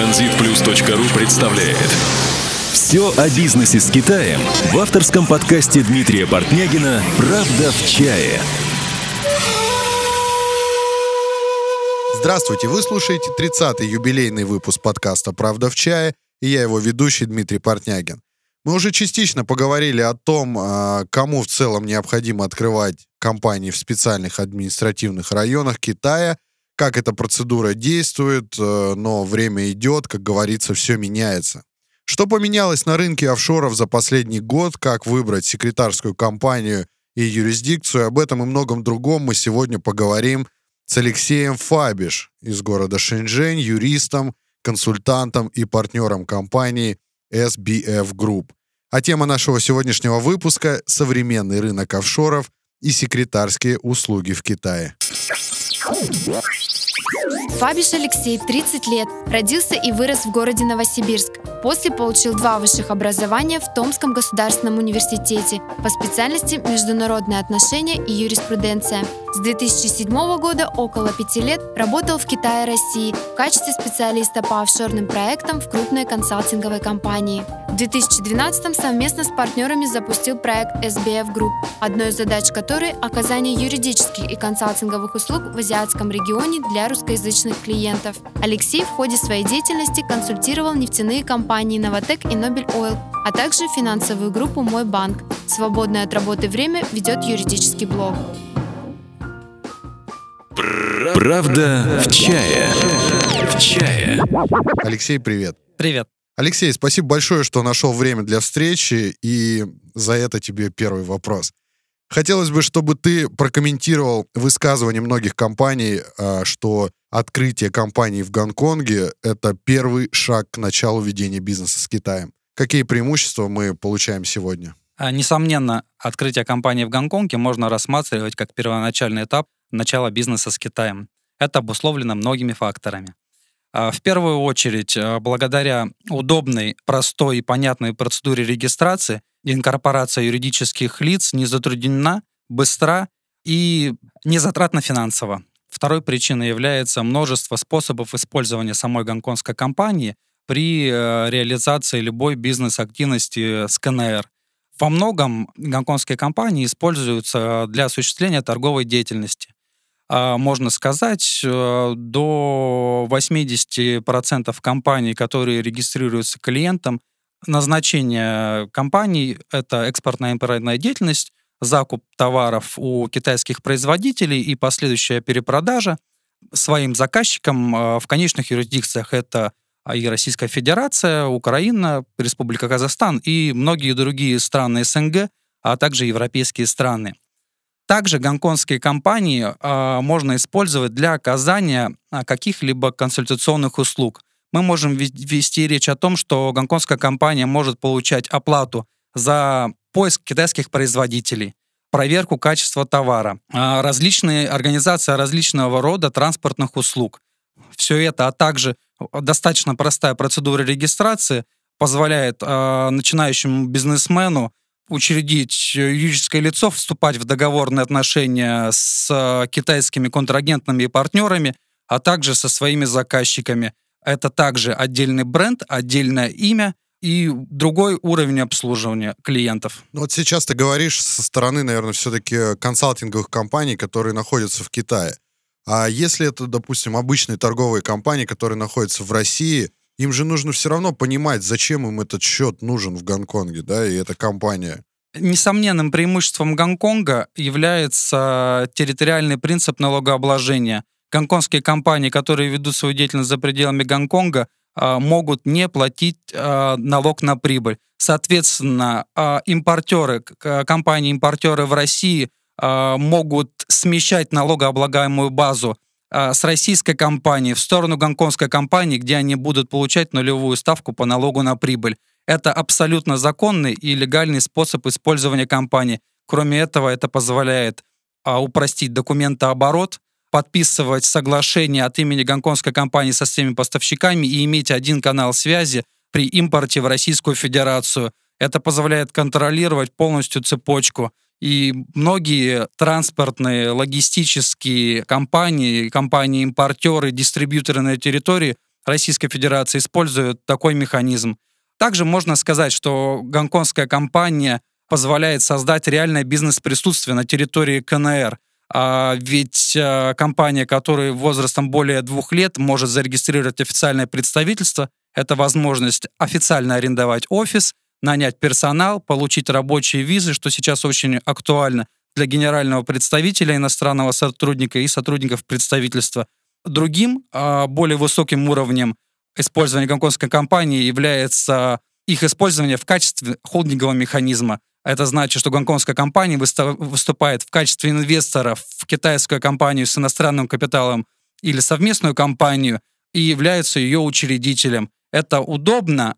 Transitplus.ru представляет «Все о бизнесе с Китаем» в авторском подкасте Дмитрия Портнягина «Правда в чае». Здравствуйте, вы слушаете 30-й юбилейный выпуск подкаста «Правда в чае», и я его ведущий Дмитрий Портнягин. Мы уже частично поговорили о том, кому в целом необходимо открывать компании в специальных административных районах Китая, как эта процедура действует, но время идет, как говорится, все меняется. Что поменялось на рынке офшоров за последний год, как выбрать секретарскую компанию и юрисдикцию, об этом и многом другом мы сегодня поговорим с Алексеем Фабиш из города Шэньчжэнь, юристом, консультантом и партнером компании SBF Group. А тема нашего сегодняшнего выпуска — современный рынок офшоров и секретарские услуги в Китае. Фабиш Алексей, 30 лет, родился и вырос в городе Новосибирск. После получил 2 высших образования в Томском государственном университете по специальности международные отношения и юриспруденция. С 2007 года около 5 лет работал в Китае и России в качестве специалиста по офшорным проектам в крупной консалтинговой компании. В 2012 совместно с партнерами запустил проект SBF Group, одной из задач которой – оказание юридических и консалтинговых услуг в азиатском регионе для русскоязычных клиентов. Алексей в ходе своей деятельности консультировал нефтяные компании «Новотек» и «Нобель Ойл», а также финансовую группу «Мой банк». В свободное от работы время ведет юридический блог. «Правда в чае». В чае. Алексей, привет. Привет. Алексей, спасибо большое, что нашел время для встречи, и за это тебе первый вопрос. Хотелось бы, чтобы ты прокомментировал высказывание многих компаний, что открытие компании в Гонконге — это первый шаг к началу ведения бизнеса с Китаем. Какие преимущества мы получаем сегодня? Несомненно, открытие компании в Гонконге можно рассматривать как первоначальный этап начала бизнеса с Китаем. Это обусловлено многими факторами. В первую очередь, благодаря удобной, простой и понятной процедуре регистрации, инкорпорация юридических лиц не затруднена, быстра и незатратно финансово. Второй причиной является множество способов использования самой гонконгской компании при реализации любой бизнес-активности с КНР. Во многом гонконгские компании используются для осуществления торговой деятельности. Можно сказать, до 80% компаний, которые регистрируются клиентом, назначение компаний — это экспортно-импортная деятельность, закуп товаров у китайских производителей и последующая перепродажа своим заказчикам в конечных юрисдикциях. Это и Российская Федерация, Украина, Республика Казахстан и многие другие страны СНГ, а также европейские страны. Также гонконгские компании можно использовать для оказания каких-либо консультационных услуг. Мы можем вести речь о том, что гонконгская компания может получать оплату за поиск китайских производителей, проверку качества товара, различные организации различного рода транспортных услуг. Все это, а также достаточно простая процедура регистрации позволяет начинающему бизнесмену учредить юридическое лицо, вступать в договорные отношения с китайскими контрагентами и партнерами, а также со своими заказчиками. Это также отдельный бренд, отдельное имя и другой уровень обслуживания клиентов. Вот сейчас ты говоришь со стороны, наверное, все-таки консалтинговых компаний, которые находятся в Китае. А если это, допустим, обычные торговые компании, которые находятся в России, им же нужно все равно понимать, зачем им этот счет нужен в Гонконге, да, и эта компания. Несомненным преимуществом Гонконга является территориальный принцип налогообложения. Гонконгские компании, которые ведут свою деятельность за пределами Гонконга, могут не платить налог на прибыль. Соответственно, компании-импортеры в России могут смещать налогооблагаемую базу с российской компании в сторону гонконгской компании, где они будут получать нулевую ставку по налогу на прибыль. Это абсолютно законный и легальный способ использования компании. Кроме этого, это позволяет упростить документооборот, подписывать соглашение от имени гонконгской компании со всеми поставщиками и иметь один канал связи при импорте в Российскую Федерацию. Это позволяет контролировать полностью цепочку. И многие транспортные, логистические компании, компании-импортеры, дистрибьюторы на территории Российской Федерации используют такой механизм. Также можно сказать, что гонконгская компания позволяет создать реальное бизнес-присутствие на территории КНР. Ведь компания, которая возрастом более 2 лет, может зарегистрировать официальное представительство. Это возможность официально арендовать офис, нанять персонал, получить рабочие визы, что сейчас очень актуально для генерального представителя, иностранного сотрудника и сотрудников представительства. Другим, более высоким уровнем использования гонконгской компании является их использование в качестве холдингового механизма. Это значит, что гонконгская компания выступает в качестве инвестора в китайскую компанию с иностранным капиталом или совместную компанию и является ее учредителем. Это удобно,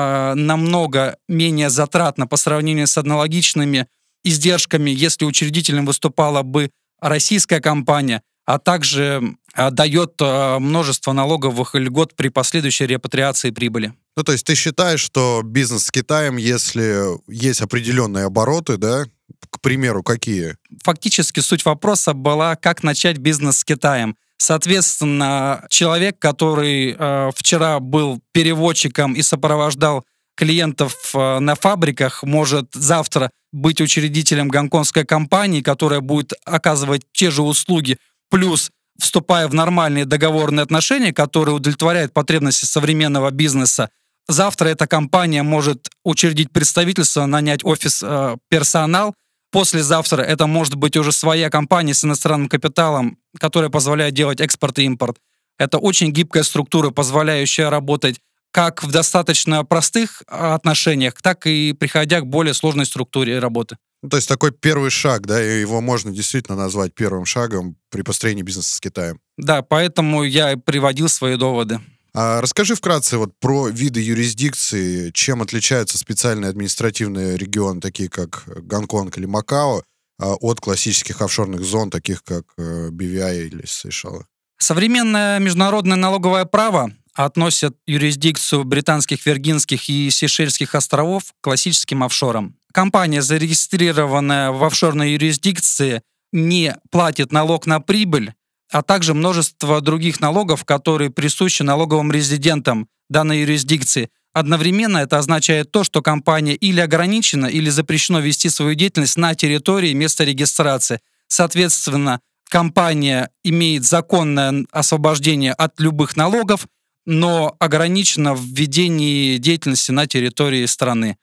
намного менее затратно по сравнению с аналогичными издержками, если учредителем выступала бы российская компания, а также дает множество налоговых льгот при последующей репатриации прибыли. Ну, то есть ты считаешь, что бизнес с Китаем, если есть определенные обороты, да, к примеру, какие? Фактически суть вопроса была, как начать бизнес с Китаем. Соответственно, человек, который вчера был переводчиком и сопровождал клиентов на фабриках, может завтра быть учредителем гонконгской компании, которая будет оказывать те же услуги, плюс вступая в нормальные договорные отношения, которые удовлетворяют потребности современного бизнеса. Завтра эта компания может учредить представительство, нанять офис, персонал. Послезавтра это может быть уже своя компания с иностранным капиталом, которая позволяет делать экспорт и импорт. Это очень гибкая структура, позволяющая работать как в достаточно простых отношениях, так и приходя к более сложной структуре работы. Ну, то есть такой первый шаг, да, и его можно действительно назвать первым шагом при построении бизнеса с Китаем. Да, поэтому я и приводил свои доводы. Расскажи вкратце вот про виды юрисдикции, чем отличаются специальные административные регионы, такие как Гонконг или Макао, от классических офшорных зон, таких как BVI или Сейшелы. Современное международное налоговое право относит юрисдикцию британских Виргинских и Сейшельских островов к классическим офшорам. Компания, зарегистрированная в офшорной юрисдикции, не платит налог на прибыль, а также множество других налогов, которые присущи налоговым резидентам данной юрисдикции. Одновременно это означает то, что компания или ограничена, или запрещено вести свою деятельность на территории места регистрации. Соответственно, компания имеет законное освобождение от любых налогов, но ограничена в ведении деятельности на территории страны.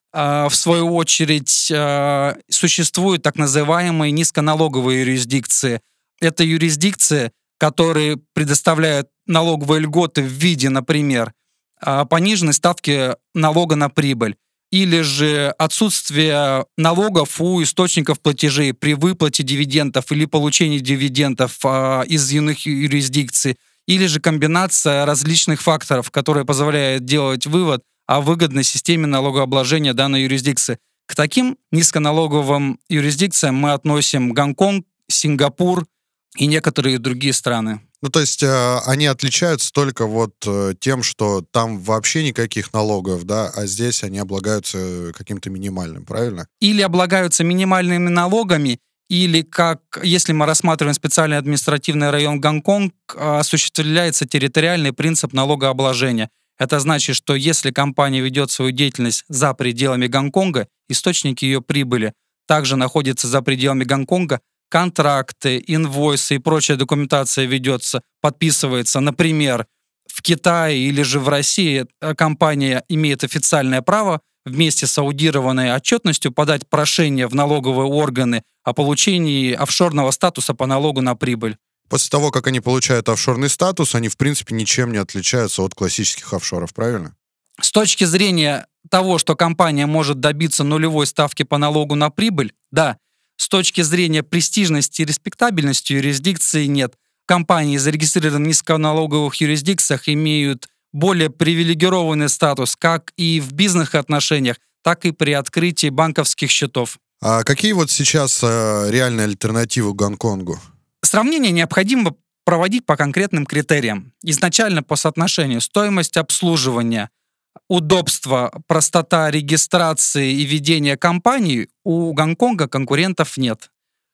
В свою очередь, существуют так называемые низконалоговые юрисдикции. Это юрисдикции, которые предоставляют налоговые льготы в виде, например, пониженной ставки налога на прибыль или же отсутствие налогов у источников платежей при выплате дивидендов или получении дивидендов из иных юрисдикций, или же комбинация различных факторов, которые позволяют делать вывод о выгодной системе налогообложения данной юрисдикции. К таким низконалоговым юрисдикциям мы относим Гонконг, Сингапур и некоторые другие страны. Ну, то есть они отличаются только вот тем, что там вообще никаких налогов, да, а здесь они облагаются каким-то минимальным, правильно? Или облагаются минимальными налогами, или, как, если мы рассматриваем специальный административный район Гонконг, осуществляется территориальный принцип налогообложения. Это значит, что если компания ведет свою деятельность за пределами Гонконга, источники ее прибыли также находятся за пределами Гонконга, контракты, инвойсы и прочая документация ведется, подписывается. Например, в Китае или же в России компания имеет официальное право вместе с аудированной отчетностью подать прошение в налоговые органы о получении офшорного статуса по налогу на прибыль. После того, как они получают офшорный статус, они, в принципе, ничем не отличаются от классических офшоров, правильно? С точки зрения того, что компания может добиться нулевой ставки по налогу на прибыль, да. С точки зрения престижности и респектабельности юрисдикции нет. Компании, зарегистрированные в низконалоговых юрисдикциях, имеют более привилегированный статус как и в бизнес-отношениях, так и при открытии банковских счетов. А какие вот сейчас реальные альтернативы Гонконгу? Сравнение необходимо проводить по конкретным критериям. Изначально по соотношению стоимость обслуживания, удобство, простота регистрации и ведения компании. У Гонконга конкурентов нет.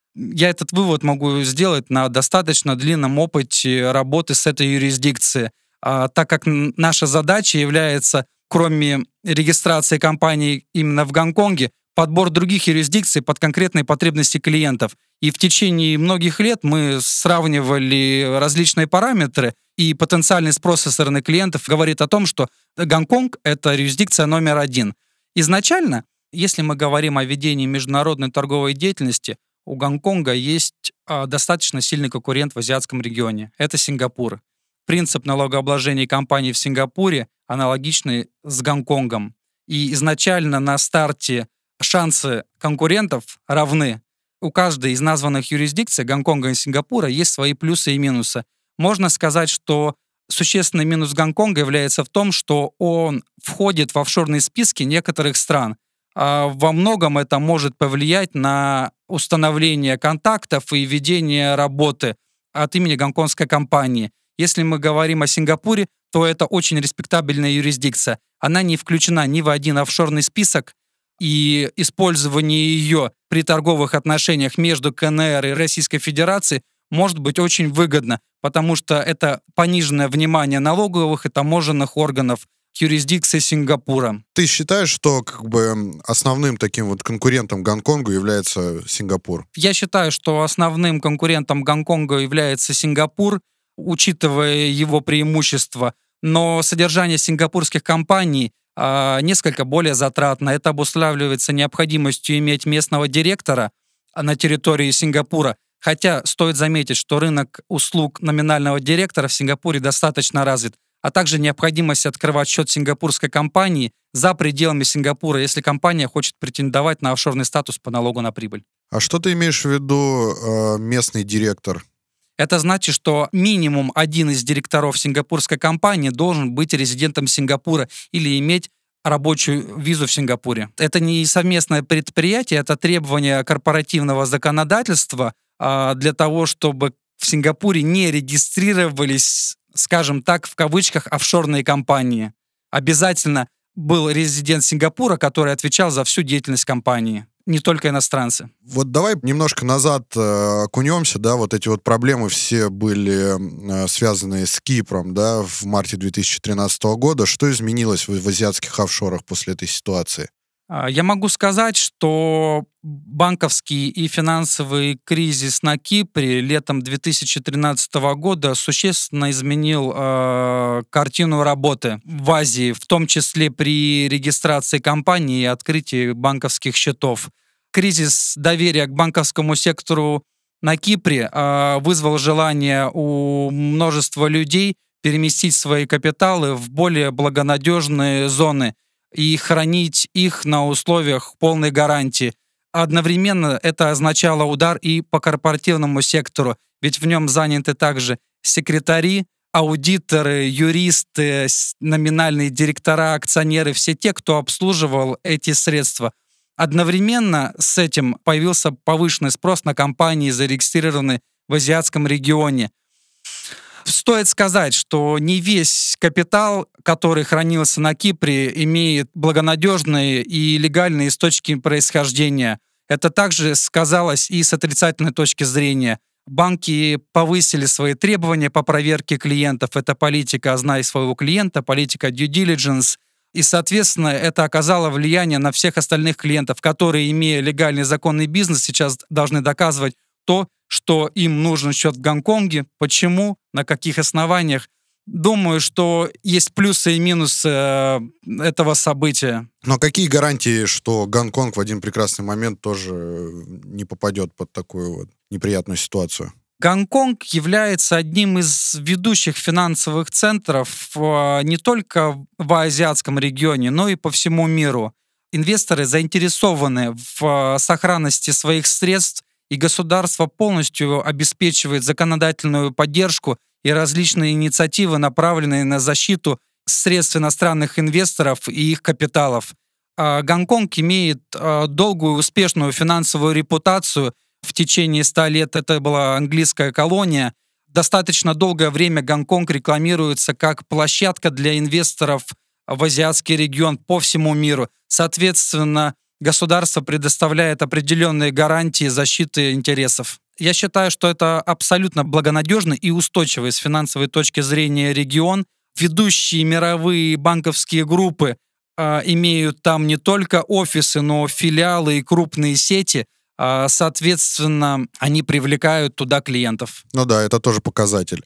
Я этот вывод могу сделать на достаточно длинном опыте работы с этой юрисдикцией. так как наша задача является, кроме регистрации компании именно в Гонконге, подбор других юрисдикций под конкретные потребности клиентов. И в течение многих лет мы сравнивали различные параметры, и потенциальный спрос со стороны клиентов говорит о том, что Гонконг — это юрисдикция номер один. Изначально, если мы говорим о ведении международной торговой деятельности, у Гонконга есть достаточно сильный конкурент в азиатском регионе. Это Сингапур. Принцип налогообложения компаний в Сингапуре аналогичный с Гонконгом. И изначально на старте шансы конкурентов равны. У каждой из названных юрисдикций, Гонконга и Сингапура, есть свои плюсы и минусы. Можно сказать, что существенный минус Гонконга является в том, что он входит в офшорные списки некоторых стран. Во многом это может повлиять на установление контактов и ведение работы от имени гонконгской компании. Если мы говорим о Сингапуре, то это очень респектабельная юрисдикция. Она не включена ни в один офшорный список, и использование ее при торговых отношениях между КНР и Российской Федерацией может быть очень выгодно, потому что это пониженное внимание налоговых и таможенных органов к юрисдикции Сингапура. Ты считаешь, что основным таким вот конкурентом Гонконгу является Сингапур? Я считаю, что основным конкурентом Гонконга является Сингапур, учитывая его преимущества, но содержание сингапурских компаний несколько более затратно. Это обуславливается необходимостью иметь местного директора на территории Сингапура. Хотя стоит заметить, что рынок услуг номинального директора в Сингапуре достаточно развит, а также необходимость открывать счет сингапурской компании за пределами Сингапура, если компания хочет претендовать на офшорный статус по налогу на прибыль. А что ты имеешь в виду местный директор? Это значит, что минимум один из директоров сингапурской компании должен быть резидентом Сингапура или иметь рабочую визу в Сингапуре. Это не совместное предприятие, это требование корпоративного законодательства для того, чтобы в Сингапуре не регистрировались, скажем так, в кавычках, офшорные компании. Обязательно был резидент Сингапура, который отвечал за всю деятельность компании, не только иностранцы. Вот давай немножко назад окунемся, да, вот эти вот проблемы все были связаны с Кипром, да, в марте 2013 года. Что изменилось в азиатских офшорах после этой ситуации? Я могу сказать, что банковский и финансовый кризис на Кипре летом 2013 года существенно изменил картину работы в Азии, в том числе при регистрации компаний и открытии банковских счетов. Кризис доверия к банковскому сектору на Кипре вызвал желание у множества людей переместить свои капиталы в более благонадежные зоны и хранить их на условиях полной гарантии. Одновременно это означало удар и по корпоративному сектору, ведь в нем заняты также секретари, аудиторы, юристы, номинальные директора, акционеры, все те, кто обслуживал эти средства. Одновременно с этим появился повышенный спрос на компании, зарегистрированные в азиатском регионе. Стоит сказать, что не весь капитал, который хранился на Кипре, имеет благонадежные и легальные источники происхождения. Это также сказалось и с отрицательной точки зрения. Банки повысили свои требования по проверке клиентов. Это политика «знай своего клиента», политика due diligence. И, соответственно, это оказало влияние на всех остальных клиентов, которые, имея легальный законный бизнес, сейчас должны доказывать то, что им нужен счет в Гонконге, почему, на каких основаниях. Думаю, что есть плюсы и минусы этого события. Но какие гарантии, что Гонконг в один прекрасный момент тоже не попадет под такую вот неприятную ситуацию? Гонконг является одним из ведущих финансовых центров не только в азиатском регионе, но и по всему миру. Инвесторы заинтересованы в сохранности своих средств, и государство полностью обеспечивает законодательную поддержку и различные инициативы, направленные на защиту средств иностранных инвесторов и их капиталов. Гонконг имеет долгую успешную финансовую репутацию. В течение 100 лет это была английская колония. Достаточно долгое время Гонконг рекламируется как площадка для инвесторов в азиатский регион по всему миру. Соответственно, государство предоставляет определенные гарантии защиты интересов. Я считаю, что это абсолютно благонадежный и устойчивый с финансовой точки зрения регион. ведущие мировые банковские группы имеют там не только офисы, но филиалы и крупные сети. Соответственно, они привлекают туда клиентов. Ну да, это тоже показатель.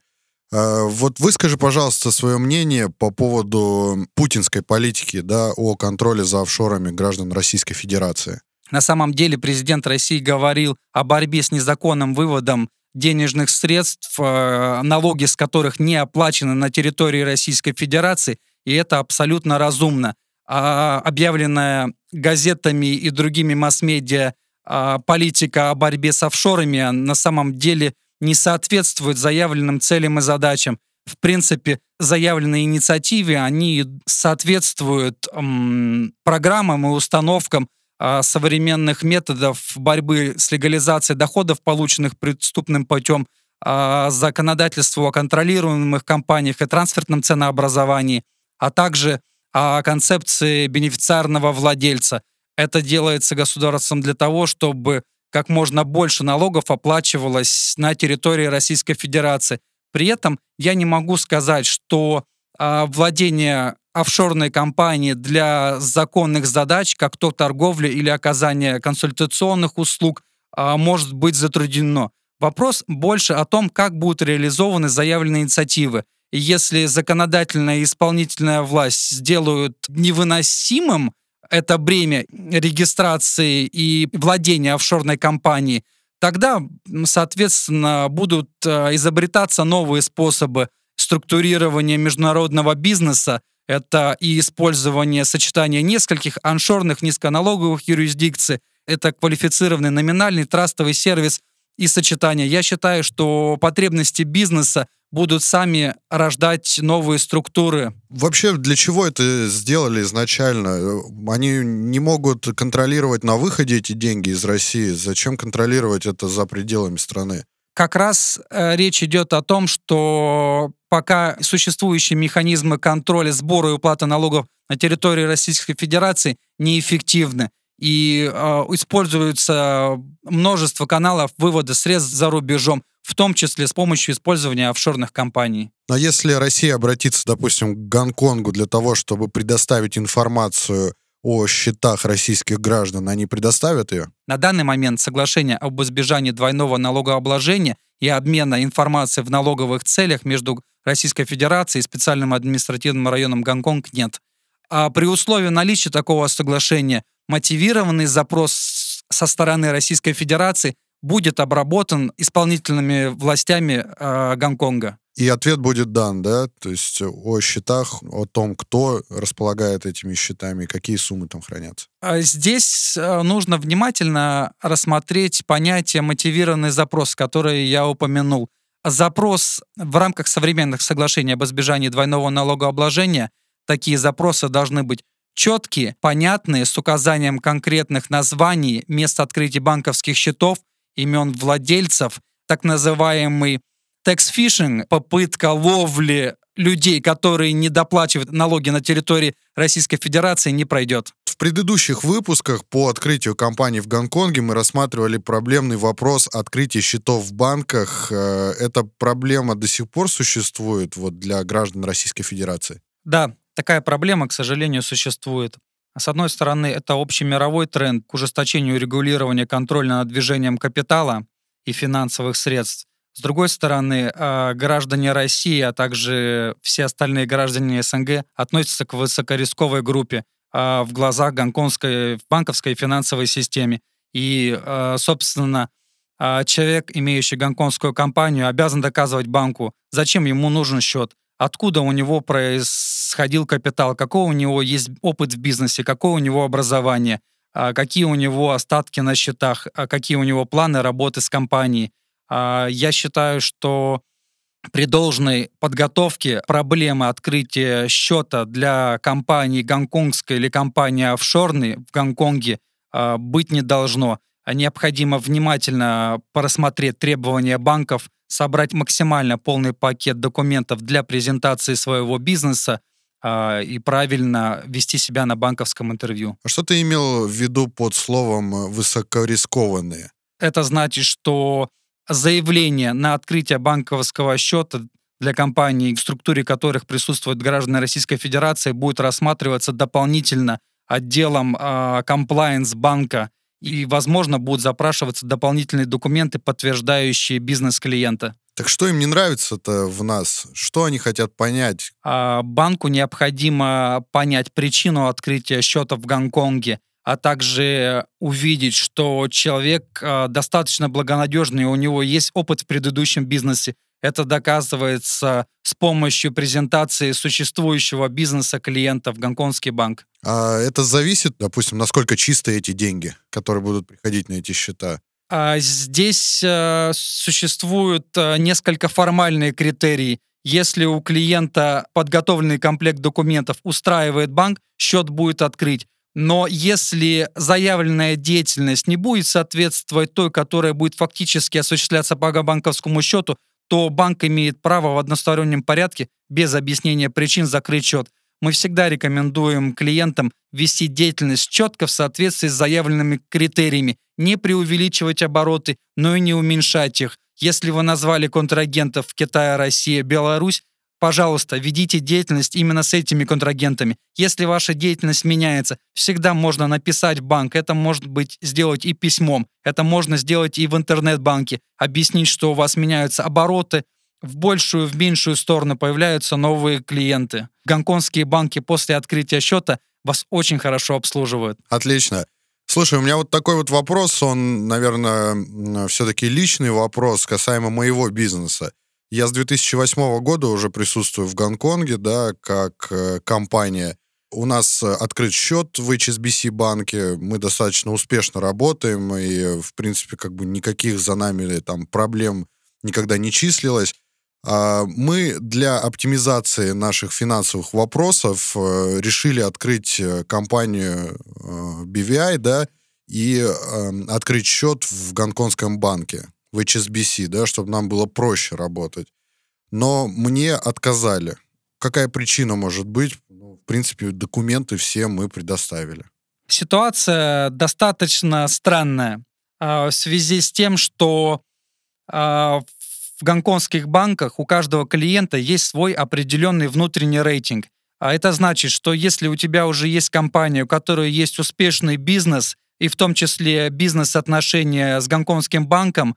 Вот выскажи, пожалуйста, свое мнение по поводу путинской политики, да, о контроле за офшорами граждан Российской Федерации. На самом деле президент России говорил о борьбе с незаконным выводом денежных средств, налоги с которых не оплачены на территории Российской Федерации, и это абсолютно разумно. Объявленная газетами и другими масс-медиа политика о борьбе с офшорами на самом деле не соответствует заявленным целям и задачам. В принципе, заявленные инициативы, они соответствуют программам и установкам современных методов борьбы с легализацией доходов, полученных преступным путем, законодательству о контролируемых компаниях и трансфертном ценообразовании, а также о концепции бенефициарного владельца. Это делается государством для того, чтобы как можно больше налогов оплачивалось на территории Российской Федерации. При этом я не могу сказать, что владение офшорной компании для законных задач, как то торговля или оказание консультационных услуг, может быть затруднено. Вопрос больше о том, как будут реализованы заявленные инициативы. И если законодательная и исполнительная власть сделают невыносимым это бремя регистрации и владения офшорной компанией, тогда, соответственно, будут изобретаться новые способы структурирования международного бизнеса. Это и использование сочетания нескольких оншорных низконалоговых юрисдикций, это квалифицированный номинальный трастовый сервис и сочетание. Я считаю, что потребности бизнеса будут сами рождать новые структуры. Вообще, для чего это сделали изначально? Они не могут контролировать на выходе эти деньги из России. Зачем контролировать это за пределами страны? Как раз речь идет о том, что пока существующие механизмы контроля сбора и уплаты налогов на территории Российской Федерации неэффективны, и используется множество каналов вывода средств за рубежом, в том числе с помощью использования офшорных компаний. Но если Россия обратится, допустим, к Гонконгу для того, чтобы предоставить информацию о счетах российских граждан, они предоставят ее? На данный момент соглашение об избежании двойного налогообложения и обмена информацией в налоговых целях между Российской Федерацией и специальным административным районом Гонконг нет. А при условии наличия такого соглашения мотивированный запрос со стороны Российской Федерации будет обработан исполнительными властями Гонконга. И ответ будет дан, да? То есть о счетах, о том, кто располагает этими счетами, какие суммы там хранятся. Здесь нужно внимательно рассмотреть понятие мотивированный запрос, который я упомянул. Запрос в рамках современных соглашений об избежании двойного налогообложения, такие запросы должны быть четкие, понятные, с указанием конкретных названий, мест открытия банковских счетов, имен владельцев, так называемый tax-fishing, попытка ловли людей, которые не доплачивают налоги на территории Российской Федерации, не пройдет. В предыдущих выпусках по открытию компаний в Гонконге мы рассматривали проблемный вопрос открытия счетов в банках. Эта проблема до сих пор существует для граждан Российской Федерации? Да, такая проблема, к сожалению, существует. С одной стороны, это общемировой тренд к ужесточению регулирования контроля над движением капитала и финансовых средств. С другой стороны, граждане России, а также все остальные граждане СНГ относятся к высокорисковой группе в глазах гонконгской банковской и финансовой системе. И, собственно, человек, имеющий гонконгскую компанию, обязан доказывать банку, зачем ему нужен счет, откуда у него происходил капитал, какой у него есть опыт в бизнесе, какое у него образование, какие у него остатки на счетах, какие у него планы работы с компанией. Я считаю, что при должной подготовке проблемы открытия счета для компании гонконгской или компании офшорной в Гонконге быть не должно. Необходимо внимательно просмотреть требования банков, собрать максимально полный пакет документов для презентации своего бизнеса и правильно вести себя на банковском интервью. А что ты имел в виду под словом «высокорискованные»? Это значит, что заявление на открытие банковского счета для компаний, в структуре которых присутствуют граждане Российской Федерации, будет рассматриваться дополнительно отделом комплаенс банка, и, возможно, будут запрашиваться дополнительные документы, подтверждающие бизнес клиента. Так что им не нравится-то в нас? Что они хотят понять? Банку необходимо понять причину открытия счета в Гонконге, а также увидеть, что человек достаточно благонадежный, у него есть опыт в предыдущем бизнесе. Это доказывается с помощью презентации существующего бизнеса клиента в гонконгский банк. А это зависит, допустим, насколько чистые эти деньги, которые будут приходить на эти счета? Здесь существуют несколько формальные критерии. Если у клиента подготовленный комплект документов устраивает банк, счет будет открыть. Но если заявленная деятельность не будет соответствовать той, которая будет фактически осуществляться по банковскому счету, то банк имеет право в одностороннем порядке без объяснения причин закрыть счет. Мы всегда рекомендуем клиентам вести деятельность четко в соответствии с заявленными критериями, не преувеличивать обороты, но и не уменьшать их. Если вы назвали контрагентов Китая, Россия, Беларусь, пожалуйста, ведите деятельность именно с этими контрагентами. Если ваша деятельность меняется, всегда можно написать в банк. Это может быть сделать и письмом, это можно сделать и в интернет-банке, объяснить, что у вас меняются обороты, в большую, в меньшую сторону появляются новые клиенты. Гонконгские банки после открытия счета вас очень хорошо обслуживают. Отлично. Слушай, у меня вот такой вот вопрос, он, наверное, все-таки личный вопрос касаемо моего бизнеса. Я с 2008 года уже присутствую в Гонконге, да, как компания. У нас открыт счет в HSBC банке, мы достаточно успешно работаем, и, в принципе, как бы никаких за нами там проблем никогда не числилось. Мы для оптимизации наших финансовых вопросов решили открыть компанию BVI, да, и открыть счет в гонконгском банке, в HSBC, да, чтобы нам было проще работать. Но мне отказали. Какая причина может быть? В принципе, документы все мы предоставили. Ситуация достаточно странная в связи с тем, что в гонконгских банках у каждого клиента есть свой определенный внутренний рейтинг. А это значит, что если у тебя уже есть компания, у которой есть успешный бизнес, и в том числе бизнес-отношения с гонконгским банком,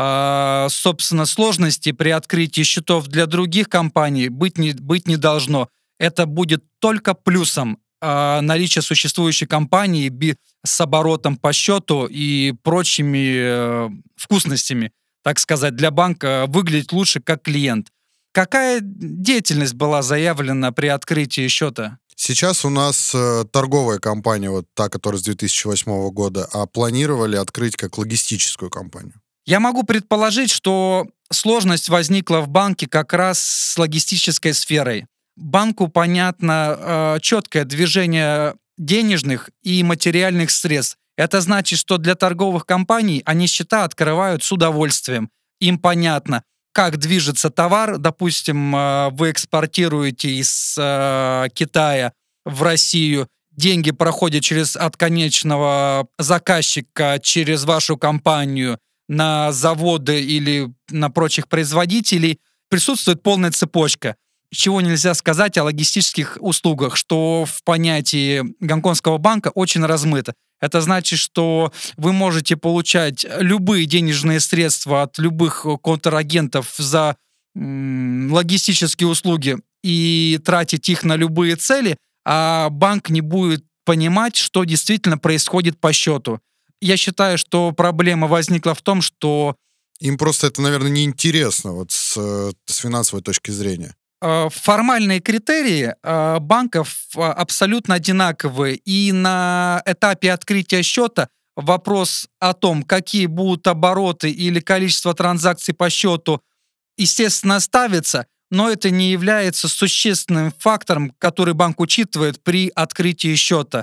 собственно, сложности при открытии счетов для других компаний быть не должно. Это будет только плюсом наличие существующей компании с оборотом по счету и прочими вкусностями, так сказать, для банка выглядеть лучше как клиент. Какая деятельность была заявлена при открытии счета? Сейчас у нас торговая компания, вот та, которая с 2008 года, а планировали открыть как логистическую компанию. Я могу предположить, что сложность возникла в банке как раз с логистической сферой. Банку понятно четкое движение денежных и материальных средств. Это значит, что для торговых компаний они счета открывают с удовольствием. Им понятно, как движется товар. Допустим, вы экспортируете из Китая в Россию. Деньги проходят от конечного заказчика через вашу компанию на заводы или на прочих производителей. Присутствует полная цепочка. Чего нельзя сказать о логистических услугах, что в понятии гонконгского банка очень размыто. Это значит, что вы можете получать любые денежные средства от любых контрагентов за логистические услуги и тратить их на любые цели, а банк не будет понимать, что действительно происходит по счету. Я считаю, что проблема возникла в том, что... Им просто это, наверное, неинтересно вот с финансовой точки зрения. Формальные критерии банков абсолютно одинаковые. И на этапе открытия счета вопрос о том, какие будут обороты или количество транзакций по счету, естественно, ставится, но это не является существенным фактором, который банк учитывает при открытии счета.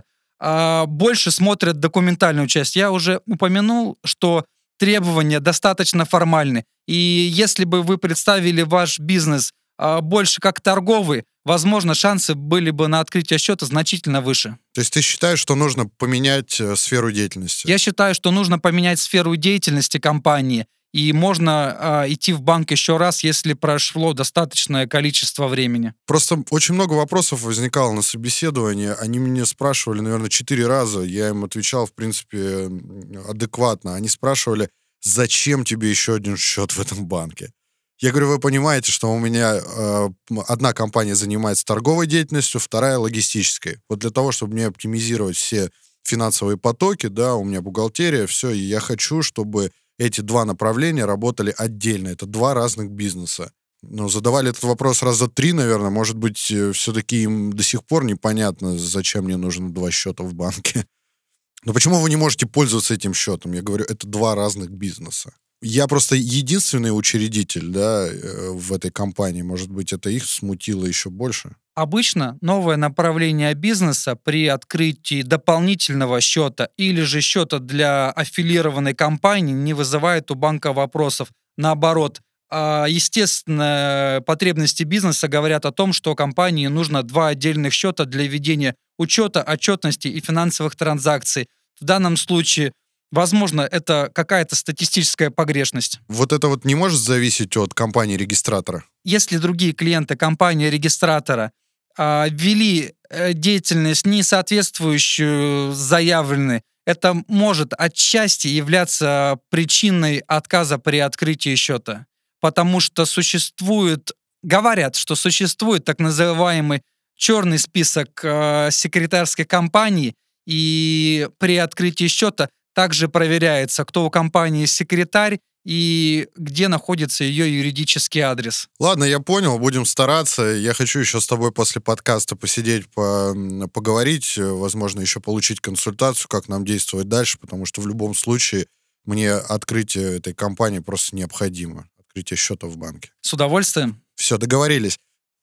Больше смотрят документальную часть. Я уже упомянул, что требования достаточно формальны. И если бы вы представили ваш бизнес больше как торговый, возможно, шансы были бы на открытие счета значительно выше. То есть ты считаешь, что нужно поменять сферу деятельности? Я считаю, что нужно поменять сферу деятельности компании и можно идти в банк еще раз, если прошло достаточное количество времени. Просто очень много вопросов возникало на собеседовании. Они меня спрашивали, наверное, 4 раза. Я им отвечал, в принципе, адекватно. Они спрашивали, зачем тебе еще один счет в этом банке? Я говорю, вы понимаете, что у меня одна компания занимается торговой деятельностью, вторая логистической. Вот для того, чтобы мне оптимизировать все финансовые потоки, да, у меня бухгалтерия, все, и я хочу, чтобы эти два направления работали отдельно. Это два разных бизнеса. Ну, задавали этот вопрос раза 3, наверное. Может быть, все-таки им до сих пор непонятно, зачем мне нужно 2 счета в банке. Но почему вы не можете пользоваться этим счетом? Я говорю, это 2 разных бизнеса. Я просто единственный учредитель, да, в этой компании. Может быть, это их смутило еще больше? Обычно новое направление бизнеса при открытии дополнительного счета или же счета для аффилированной компании не вызывает у банка вопросов. Наоборот, естественно, потребности бизнеса говорят о том, что компании нужно 2 отдельных счета для ведения учета, отчетности и финансовых транзакций. В данном случае, возможно, это какая-то статистическая погрешность. Вот это вот не может зависеть от компании-регистратора? Если другие клиенты компании-регистратора ввели деятельность, не соответствующую заявленной, это может отчасти являться причиной отказа при открытии счета. Потому что говорят, что существует так называемый черный список секретарской компании, и при открытии счета также проверяется, кто у компании секретарь и где находится ее юридический адрес. Ладно, я понял, будем стараться. Я хочу еще с тобой после подкаста посидеть, поговорить, возможно, еще получить консультацию, как нам действовать дальше, потому что в любом случае мне открытие этой компании просто необходимо. Открытие счета в банке. С удовольствием. Все, договорились.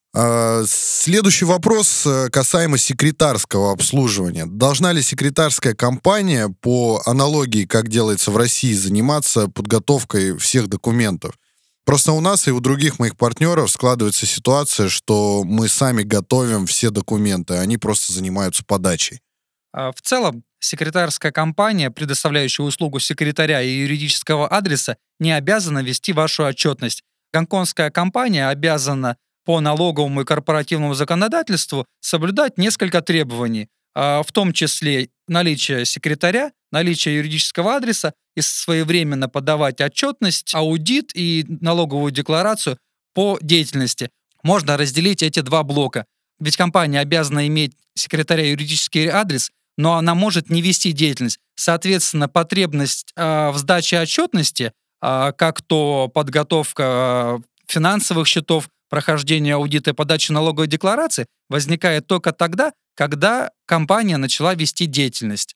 Следующий вопрос касаемо секретарского обслуживания. Должна ли секретарская компания, по аналогии, как делается в России, заниматься подготовкой всех документов? Просто у нас и у других моих партнеров складывается ситуация, что мы сами готовим все документы, а они просто занимаются подачей. В целом, секретарская компания, предоставляющая услугу секретаря и юридического адреса, не обязана вести вашу отчетность. Гонконгская компания обязана по налоговому и корпоративному законодательству соблюдать несколько требований, в том числе наличие секретаря, наличие юридического адреса и своевременно подавать отчетность, аудит и налоговую декларацию по деятельности. Можно разделить эти 2 блока. Ведь компания обязана иметь секретаря и юридический адрес, но она может не вести деятельность. Соответственно, потребность в сдаче отчетности, как то подготовка финансовых счетов, прохождение аудита и подачи налоговой декларации, возникает только тогда, когда компания начала вести деятельность.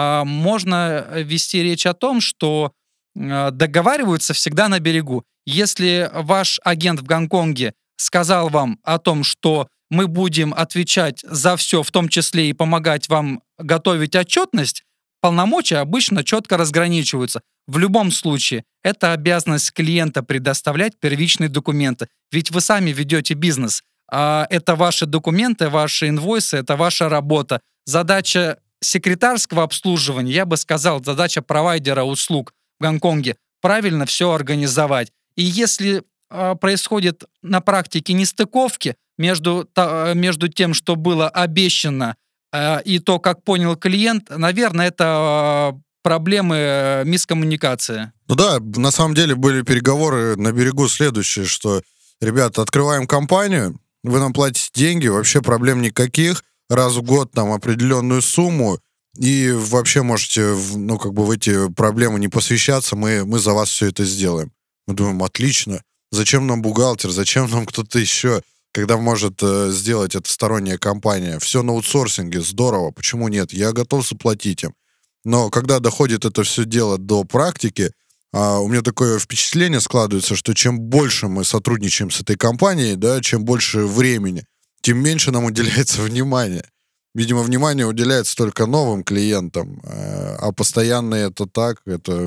Можно вести речь о том, что договариваются всегда на берегу. Если ваш агент в Гонконге сказал вам о том, что мы будем отвечать за все, в том числе и помогать вам готовить отчетность, полномочия обычно четко разграничиваются. В любом случае, это обязанность клиента предоставлять первичные документы. Ведь вы сами ведете бизнес. Это ваши документы, ваши инвойсы, это ваша работа. Задача секретарского обслуживания, я бы сказал, задача провайдера услуг в Гонконге правильно все организовать. И если происходит на практике нестыковки между тем, что было обещано, и то, как понял клиент, наверное, это проблемы мискоммуникации. Ну да, на самом деле были переговоры на берегу следующие, что, ребята, открываем компанию, вы нам платите деньги, вообще проблем никаких, раз в год там определенную сумму, и вообще можете, в эти проблемы не посвящаться, мы за вас все это сделаем. Мы думаем, отлично, зачем нам бухгалтер, зачем нам кто-то еще, когда может сделать это сторонняя компания. Все на аутсорсинге, здорово, почему нет? Я готов заплатить им. Но когда доходит это все дело до практики, у меня такое впечатление складывается, что чем больше мы сотрудничаем с этой компанией, да, чем больше времени, тем меньше нам уделяется внимания. Видимо, внимание уделяется только новым клиентам, а постоянный это так,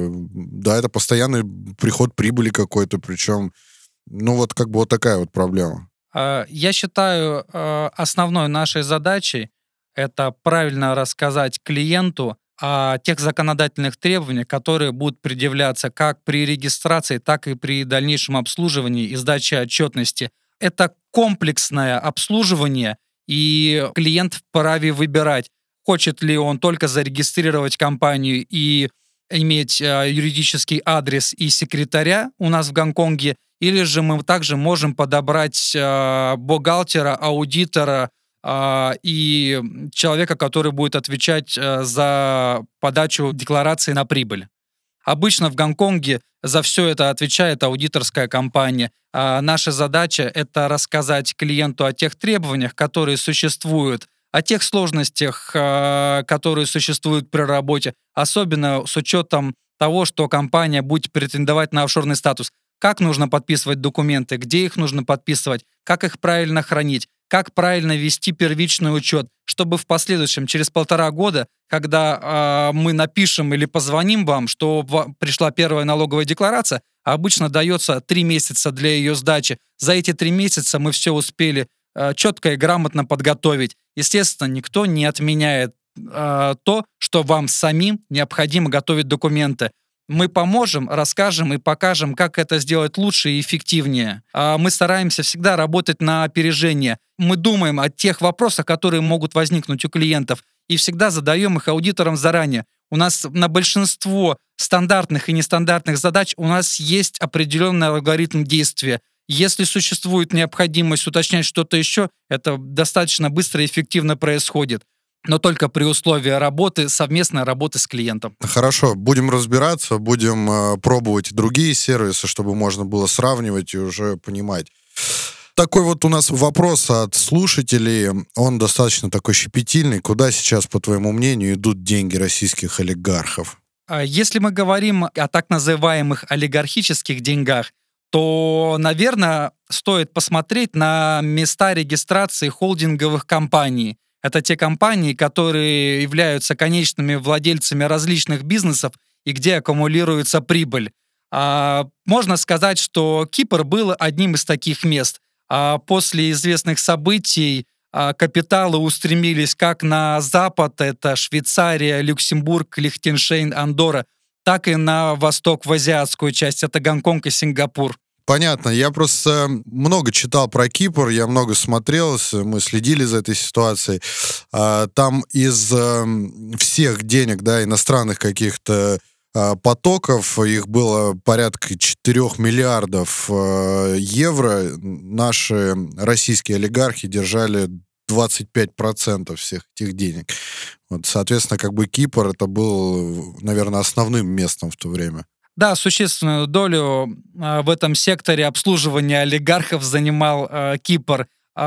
это постоянный приход прибыли какой-то, причем, вот такая вот проблема. Я считаю, основной нашей задачей это правильно рассказать клиенту о тех законодательных требованиях, которые будут предъявляться как при регистрации, так и при дальнейшем обслуживании и сдаче отчетности. Это комплексное обслуживание, и клиент вправе выбирать, хочет ли он только зарегистрировать компанию и иметь юридический адрес и секретаря у нас в Гонконге, или же мы также можем подобрать бухгалтера, аудитора и человека, который будет отвечать за подачу декларации на прибыль. Обычно в Гонконге за все это отвечает аудиторская компания. Наша задача — это рассказать клиенту о тех требованиях, которые существуют, о тех сложностях, которые существуют при работе, особенно с учетом того, что компания будет претендовать на офшорный статус. Как нужно подписывать документы, где их нужно подписывать, как их правильно хранить, как правильно вести первичный учет, чтобы в последующем, через 1,5 года, когда мы напишем или позвоним вам, что пришла первая налоговая декларация, обычно дается 3 месяца для ее сдачи. За эти 3 месяца мы все успели четко и грамотно подготовить. Естественно, никто не отменяет то, что вам самим необходимо готовить документы. Мы поможем, расскажем и покажем, как это сделать лучше и эффективнее. Мы стараемся всегда работать на опережение. Мы думаем о тех вопросах, которые могут возникнуть у клиентов, и всегда задаем их аудиторам заранее. У нас на большинство стандартных и нестандартных задач у нас есть определенный алгоритм действия. Если существует необходимость уточнять что-то еще, это достаточно быстро и эффективно происходит. Но только при условии работы, совместной работы с клиентом. Хорошо, будем разбираться, будем пробовать другие сервисы, чтобы можно было сравнивать и уже понимать. Такой вот у нас вопрос от слушателей, он достаточно такой щепетильный. Куда сейчас, по твоему мнению, идут деньги российских олигархов? Если мы говорим о так называемых олигархических деньгах, то, наверное, стоит посмотреть на места регистрации холдинговых компаний. Это те компании, которые являются конечными владельцами различных бизнесов и где аккумулируется прибыль. Можно сказать, что Кипр был одним из таких мест. После известных событий капиталы устремились как на запад, это Швейцария, Люксембург, Лихтенштейн, Андорра, так и на восток, в азиатскую часть, это Гонконг и Сингапур. Понятно. Я просто много читал про Кипр, я много смотрел, мы следили за этой ситуацией. Там из всех денег, да, иностранных каких-то потоков, их было порядка 4 миллиардов евро. Наши российские олигархи держали 25% всех этих денег. Вот, соответственно, как бы Кипр это был, наверное, основным местом в то время. Да, существенную долю в этом секторе обслуживания олигархов занимал Кипр.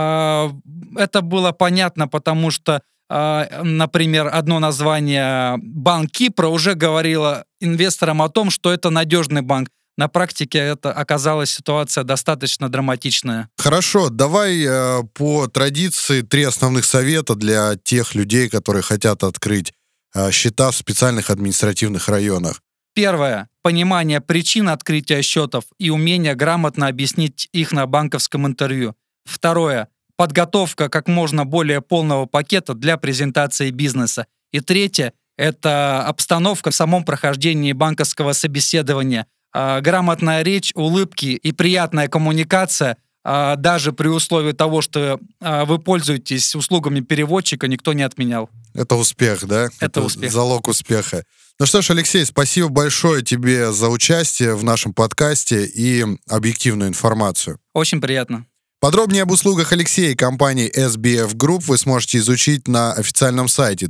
Это было понятно, потому что, например, одно название «Банк Кипра» уже говорило инвесторам о том, что это надежный банк. На практике это оказалась ситуация достаточно драматичная. Хорошо, давай по традиции 3 основных совета для тех людей, которые хотят открыть счета в специальных административных районах. Первое. Понимание причин открытия счетов и умение грамотно объяснить их на банковском интервью. Второе. Подготовка как можно более полного пакета для презентации бизнеса. И третье. Это обстановка в самом прохождении банковского собеседования. Грамотная речь, улыбки и приятная коммуникация, даже при условии того, что вы пользуетесь услугами переводчика, никто не отменял. Это успех, да? Это успех. Залог успеха. Ну что ж, Алексей, спасибо большое тебе за участие в нашем подкасте и объективную информацию. Очень приятно. Подробнее об услугах Алексея и компании SBF Group вы сможете изучить на официальном сайте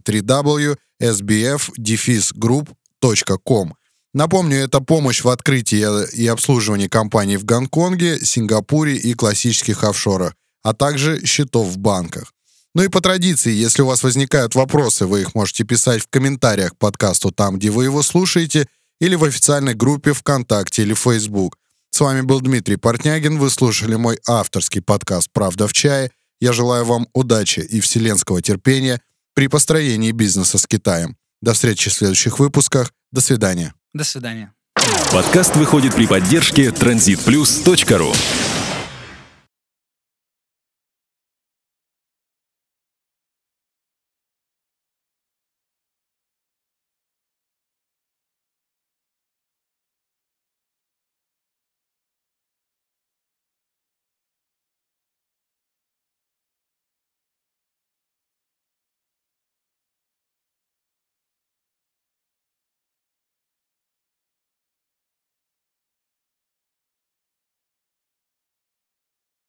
www.sbf-group.com. Напомню, это помощь в открытии и обслуживании компаний в Гонконге, Сингапуре и классических офшорах, а также счетов в банках. Ну и по традиции, если у вас возникают вопросы, вы их можете писать в комментариях к подкасту там, где вы его слушаете, или в официальной группе ВКонтакте или Facebook. С вами был Дмитрий Портнягин, вы слушали мой авторский подкаст «Правда в чае». Я желаю вам удачи и вселенского терпения при построении бизнеса с Китаем. До встречи в следующих выпусках. До свидания. До свидания. Подкаст выходит при поддержке transitplus.ru.